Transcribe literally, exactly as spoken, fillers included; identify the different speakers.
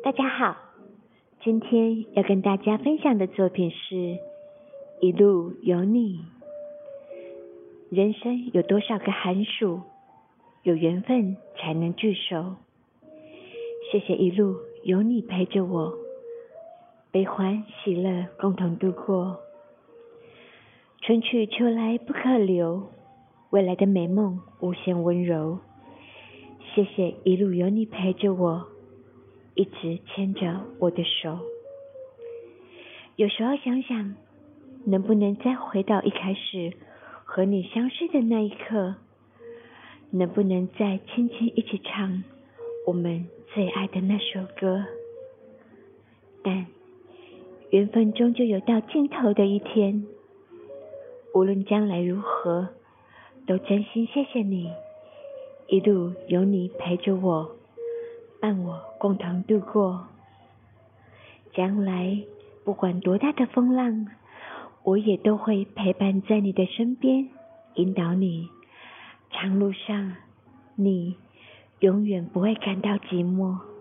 Speaker 1: 大家好，今天要跟大家分享的作品是《一路有你》。人生有多少个寒暑，有缘分才能聚首。谢谢一路有你陪着我，悲欢喜乐共同度过。春去秋来不可留，未来的美梦无限温柔。谢谢一路有你陪着我，一直牵着我的手。有时候想想，能不能再回到一开始和你相识的那一刻，能不能再轻轻一起唱我们最爱的那首歌。但缘分终究有到尽头的一天，无论将来如何，都真心谢谢你，一路有你陪着我，伴我共同度过。将来不管多大的风浪，我也都会陪伴在你的身边，引导你。长路上，你永远不会感到寂寞。